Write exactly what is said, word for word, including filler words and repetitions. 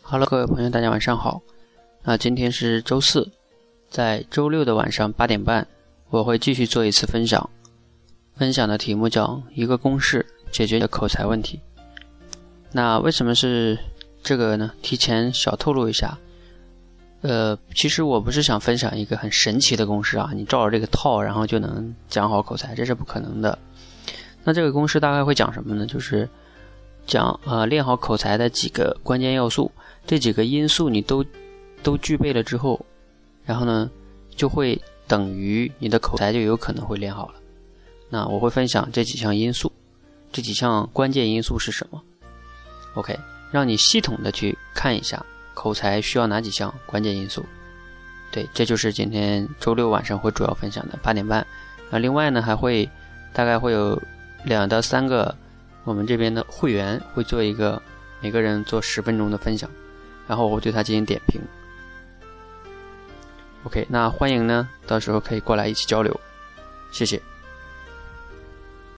Hello， 各位朋友，大家晚上好。那今天是周四，在周六的晚上八点半，我会继续做一次分享。分享的题目叫一个公式解决口才问题。那为什么是这个呢？提前小透露一下。呃，其实我不是想分享一个很神奇的公式啊，你照着这个套，然后就能讲好口才，这是不可能的。那这个公式大概会讲什么呢？就是讲呃练好口才的几个关键要素，这几个因素你都都具备了之后，然后呢就会等于你的口才就有可能会练好了。那我会分享这几项因素，这几项关键因素是什么 ？OK， 让你系统的去看一下口才需要哪几项关键因素。对，这就是今天周六晚上会主要分享的八点半。那另外呢还会大概会有两到三个我们这边的会员会做一个每个人做十分钟的分享，然后我会对他进行点评。OK， 那欢迎呢到时候可以过来一起交流，谢谢。